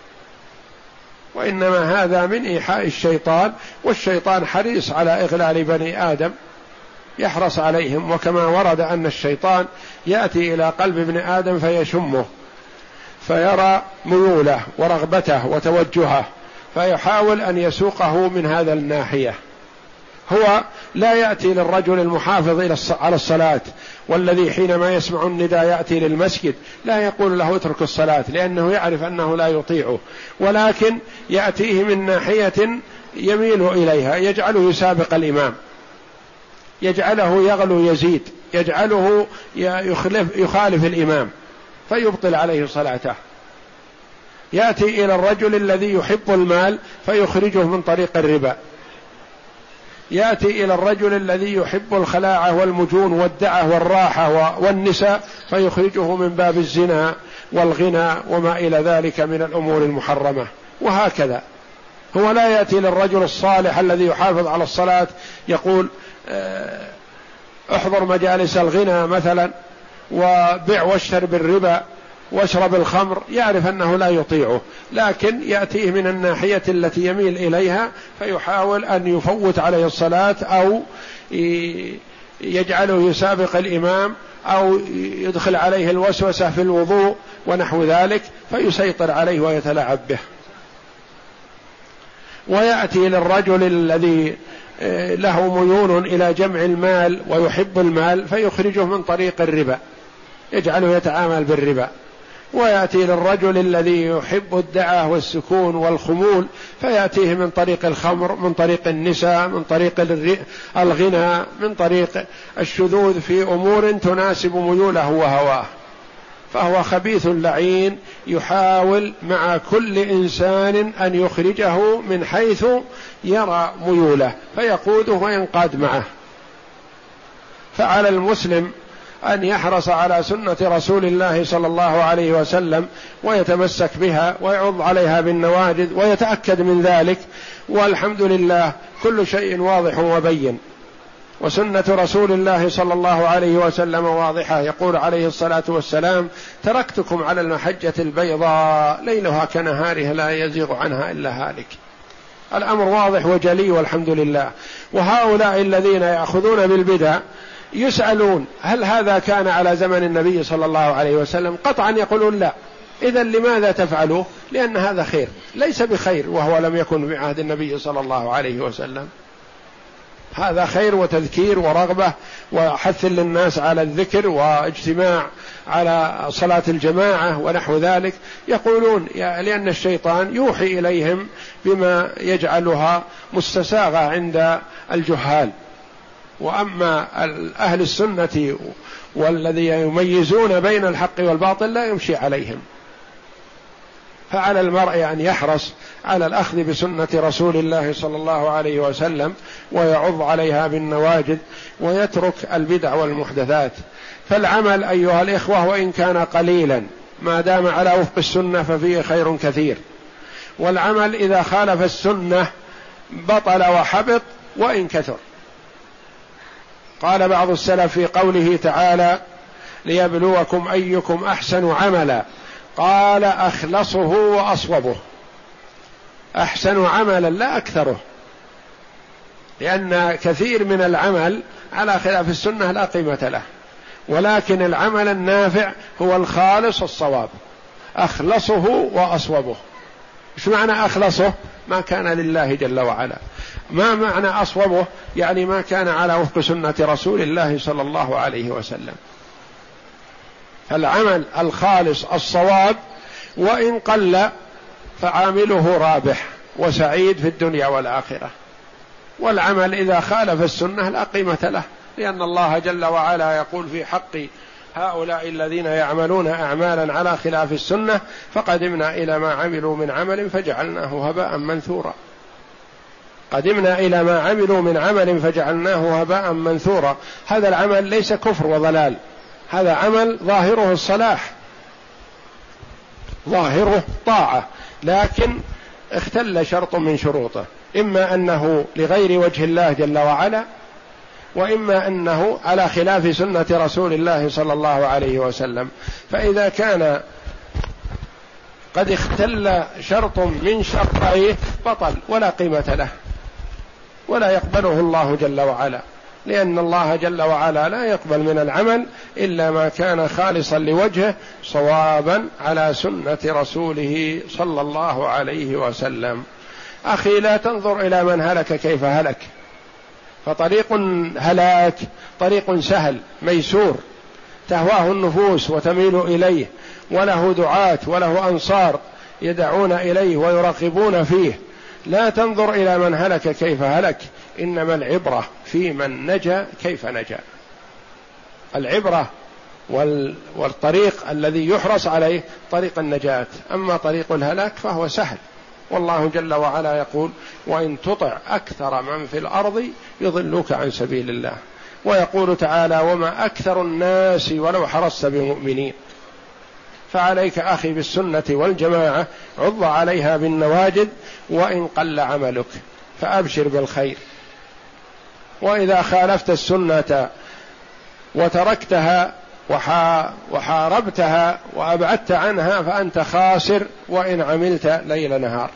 وإنما هذا من إيحاء الشيطان، والشيطان حريص على إغلال بني آدم، يحرص عليهم. وكما ورد أن الشيطان يأتي إلى قلب ابن آدم فيشمه فيرى ميوله ورغبته وتوجهه، فيحاول أن يسوقه من هذا الناحية. هو لا يأتي للرجل المحافظ على الصلاة والذي حينما يسمع النداء يأتي للمسجد، لا يقول له اترك الصلاة، لأنه يعرف أنه لا يطيعه، ولكن يأتيه من ناحية يميل إليها، يجعله يسابق الإمام، يجعله يغلو يزيد، يجعله يخالف الإمام فيبطل عليه صلاته. يأتي إلى الرجل الذي يحب المال فيخرجه من طريق الربا، يأتي إلى الرجل الذي يحب الخلاعة والمجون والدعة والراحة والنساء فيخرجه من باب الزنا والغنى وما إلى ذلك من الأمور المحرمة. وهكذا هو لا يأتي للرجل الصالح الذي يحافظ على الصلاة يقول احضر مجالس الغنى مثلا وبيع واشتر بالربا واشرب الخمر، يعرف أنه لا يطيعه، لكن يأتيه من الناحية التي يميل إليها فيحاول أن يفوت عليه الصلاة أو يجعله يسابق الإمام أو يدخل عليه الوسوسة في الوضوء ونحو ذلك فيسيطر عليه ويتلاعب به. ويأتي للرجل الذي له ميول إلى جمع المال ويحب المال فيخرجه من طريق الربا، يجعله يتعامل بالربا. ويأتي للرجل الذي يحب الدعة والسكون والخمول فيأتيه من طريق الخمر، من طريق النساء، من طريق الغنى، من طريق الشذوذ في أمور تناسب ميوله وهواه. فهو خبيث لعين يحاول مع كل إنسان أن يخرجه من حيث يرى ميوله فيقوده وينقاد معه. فعلى المسلم أن يحرص على سنة رسول الله صلى الله عليه وسلم ويتمسك بها ويعض عليها بالنواجذ ويتأكد من ذلك. والحمد لله كل شيء واضح وبين، وسنة رسول الله صلى الله عليه وسلم واضحة. يقول عليه الصلاة والسلام: تركتكم على المحجة البيضاء ليلها كنهارها لا يزيغ عنها إلا هالك. الأمر واضح وجلي والحمد لله. وهؤلاء الذين يأخذون بالبدع يسألون هل هذا كان على زمن النبي صلى الله عليه وسلم؟ قطعا يقولون لا، إذن لماذا تفعلوه؟ لأن هذا خير، ليس بخير وهو لم يكن في عهد النبي صلى الله عليه وسلم. هذا خير وتذكير ورغبة وحث للناس على الذكر واجتماع على صلاة الجماعة ونحو ذلك. يقولون لأن الشيطان يوحي إليهم بما يجعلها مستساغة عند الجهال. وأما أهل السنة والذي يميزون بين الحق والباطل لا يمشي عليهم. فعلى المرء أن يحرص على الأخذ بسنة رسول الله صلى الله عليه وسلم ويعض عليها بالنواجذ ويترك البدع والمحدثات. فالعمل أيها الإخوة وإن كان قليلا ما دام على وفق السنة ففيه خير كثير، والعمل إذا خالف السنة بطل وحبط وإن كثر. قال بعض السلف في قوله تعالى ليبلوكم أيكم أحسن عملا، قال أخلصه وأصوبه. أحسن عملا لا أكثره، لأن كثير من العمل على خلاف السنة لا قيمة له، ولكن العمل النافع هو الخالص الصواب. أخلصه وأصوبه. إيش معنى أخلصه؟ ما كان لله جل وعلا. ما معنى أصوبه؟ يعني ما كان على وفق سنة رسول الله صلى الله عليه وسلم. فالعمل الخالص الصواب وإن قل فعامله رابح وسعيد في الدنيا والآخرة. والعمل إذا خالف السنة لا قيمة له، لأن الله جل وعلا يقول في حق هؤلاء الذين يعملون أعمالا على خلاف السنة فقدمنا إلى ما عملوا من عمل فجعلناه هباء منثورا. قدمنا إلى ما عملوا من عمل فجعلناه هباء منثورا. هذا العمل ليس كفر وضلال، هذا عمل ظاهره الصلاح، ظاهره طاعة، لكن اختل شرط من شروطه، إما أنه لغير وجه الله جل وعلا، وإما أنه على خلاف سنة رسول الله صلى الله عليه وسلم. فإذا كان قد اختل شرط من شرطيه بطل ولا قيمة له ولا يقبله الله جل وعلا، لأن الله جل وعلا لا يقبل من العمل إلا ما كان خالصا لوجهه صوابا على سنة رسوله صلى الله عليه وسلم. أخي لا تنظر إلى من هلك كيف هلك، فطريق هلاك طريق سهل ميسور تهواه النفوس وتميل إليه، وله دعاة وله أنصار يدعون إليه ويراقبون فيه. لا تنظر إلى من هلك كيف هلك، إنما العبرة في من نجا كيف نجا. العبرة والطريق الذي يحرص عليه طريق النجاة، أما طريق الهلاك فهو سهل. والله جل وعلا يقول وإن تطع أكثر من في الأرض يضلوك عن سبيل الله، ويقول تعالى وما أكثر الناس ولو حرصت بمؤمنين. فعليك أخي بالسنة والجماعة، عض عليها بالنواجذ وإن قل عملك، فأبشر بالخير. وإذا خالفت السنة وتركتها وحاربتها وأبعدت عنها فأنت خاسر وإن عملت ليل نهار.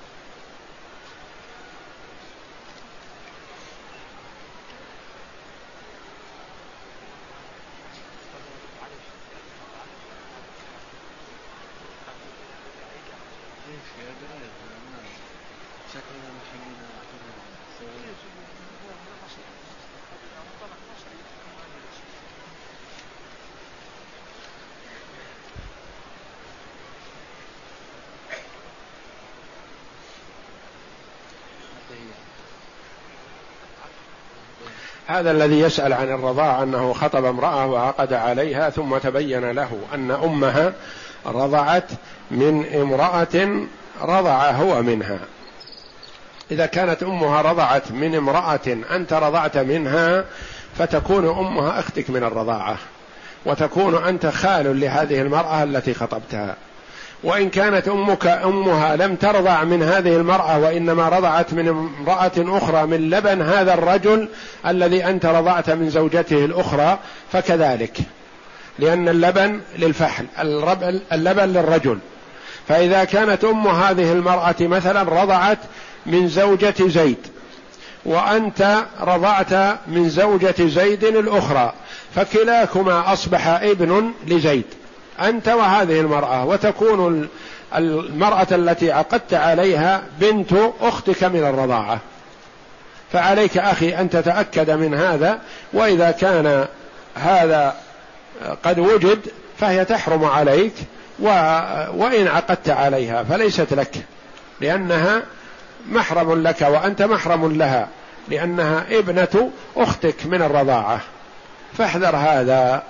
هذا الذي يسأل عن الرضاعة أنه خطب امرأة وعقد عليها ثم تبين له أن أمها رضعت من امرأة رضع هو منها. إذا كانت أمها رضعت من امرأة أنت رضعت منها فتكون أمها أختك من الرضاعة، وتكون أنت خال لهذه المرأة التي خطبتها. وإن كانت أمها لم ترضع من هذه المرأة وإنما رضعت من امرأة أخرى من لبن هذا الرجل الذي أنت رضعت من زوجته الأخرى فكذلك، لأن اللبن للفحل، اللبن للرجل. فإذا كانت أم هذه المرأة مثلا رضعت من زوجة زيد وأنت رضعت من زوجة زيد الأخرى، فكلاكما أصبح ابن لزيد أنت وهذه المرأة، وتكون المرأة التي عقدت عليها بنت أختك من الرضاعة، فعليك أخي أن تتأكد من هذا، وإذا كان هذا قد وجد فهي تحرم عليك، وإن عقدت عليها فليست لك، لأنها محرم لك وأنت محرم لها، لأنها ابنة أختك من الرضاعة، فاحذر هذا.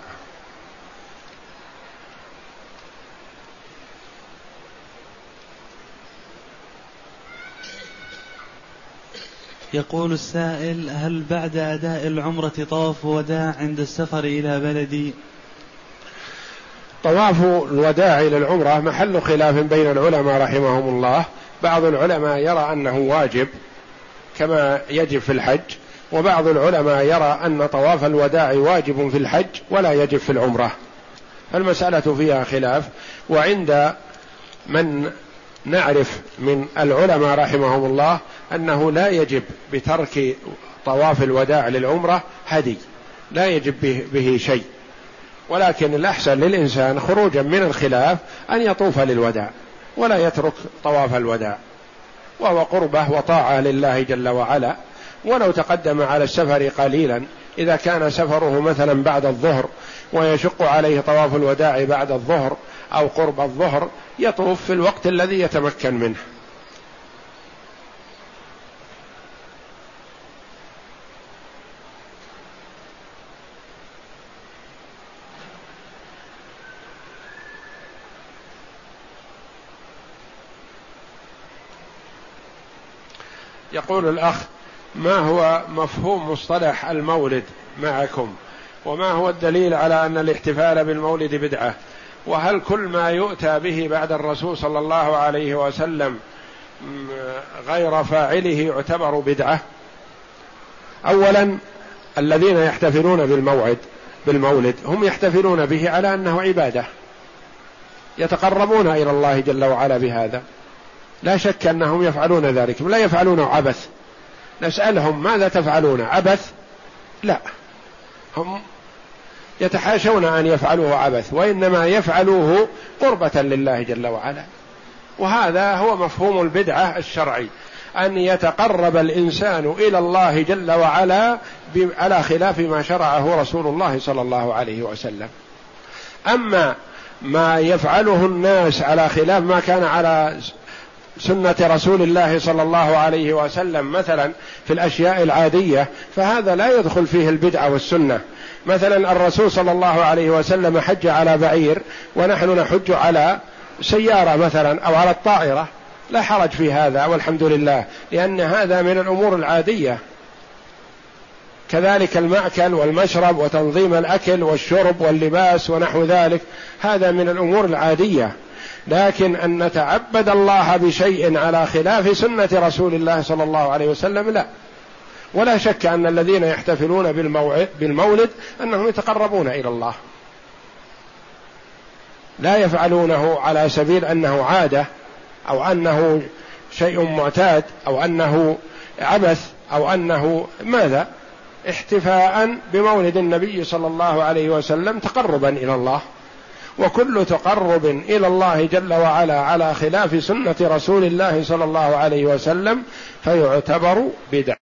يقول السائل: هل بعد أداء العمرة طواف وداع عند السفر إلى بلدي؟ طواف الوداع للعمرة محل خلاف بين العلماء رحمهم الله. بعض العلماء يرى أنه واجب كما يجب في الحج، وبعض العلماء يرى أن طواف الوداع واجب في الحج ولا يجب في العمرة، المسألة فيها خلاف. وعند من نعرف من العلماء رحمهم الله أنه لا يجب بترك طواف الوداع للعمرة هدي، لا يجب به شيء، ولكن الأحسن للإنسان خروجا من الخلاف أن يطوف للوداع ولا يترك طواف الوداع، وهو قربة وطاعة لله جل وعلا. ولو تقدم على السفر قليلا، إذا كان سفره مثلا بعد الظهر ويشق عليه طواف الوداع بعد الظهر أو قرب الظهر، يطوف في الوقت الذي يتمكن منه. يقول الأخ: ما هو مفهوم مصطلح المولد معكم؟ وما هو الدليل على أن الاحتفال بالمولد بدعة؟ وهل كل ما يؤتى به بعد الرسول صلى الله عليه وسلم غير فاعله يعتبر بدعة؟ أولا، الذين يحتفلون بالمولد هم يحتفلون به على أنه عبادة، يتقربون إلى الله جل وعلا بهذا، لا شك أنهم يفعلون ذلك، لا يفعلون عبث. نسألهم: ماذا تفعلون؟ عبث؟ لا، هم يتحاشون أن يفعلوه عبث، وإنما يفعلوه قربة لله جل وعلا. وهذا هو مفهوم البدعة الشرعي، أن يتقرب الإنسان إلى الله جل وعلا على خلاف ما شرعه رسول الله صلى الله عليه وسلم. أما ما يفعله الناس على خلاف ما كان على سنة رسول الله صلى الله عليه وسلم مثلا في الأشياء العادية، فهذا لا يدخل فيه البدعة والسنة. مثلا الرسول صلى الله عليه وسلم حج على بعير، ونحن نحج على سيارة مثلا أو على الطائرة، لا حرج في هذا والحمد لله، لأن هذا من الأمور العادية. كذلك المأكل والمشرب وتنظيم الأكل والشرب واللباس ونحو ذلك، هذا من الأمور العادية. لكن أن نتعبد الله بشيء على خلاف سنة رسول الله صلى الله عليه وسلم لا. ولا شك أن الذين يحتفلون بالمولد أنهم يتقربون إلى الله، لا يفعلونه على سبيل أنه عادة أو أنه شيء معتاد أو أنه عبث أو أنه ماذا، احتفاء بمولد النبي صلى الله عليه وسلم تقربا إلى الله. وكل تقرب إلى الله جل وعلا على خلاف سنة رسول الله صلى الله عليه وسلم فيعتبر بدعة.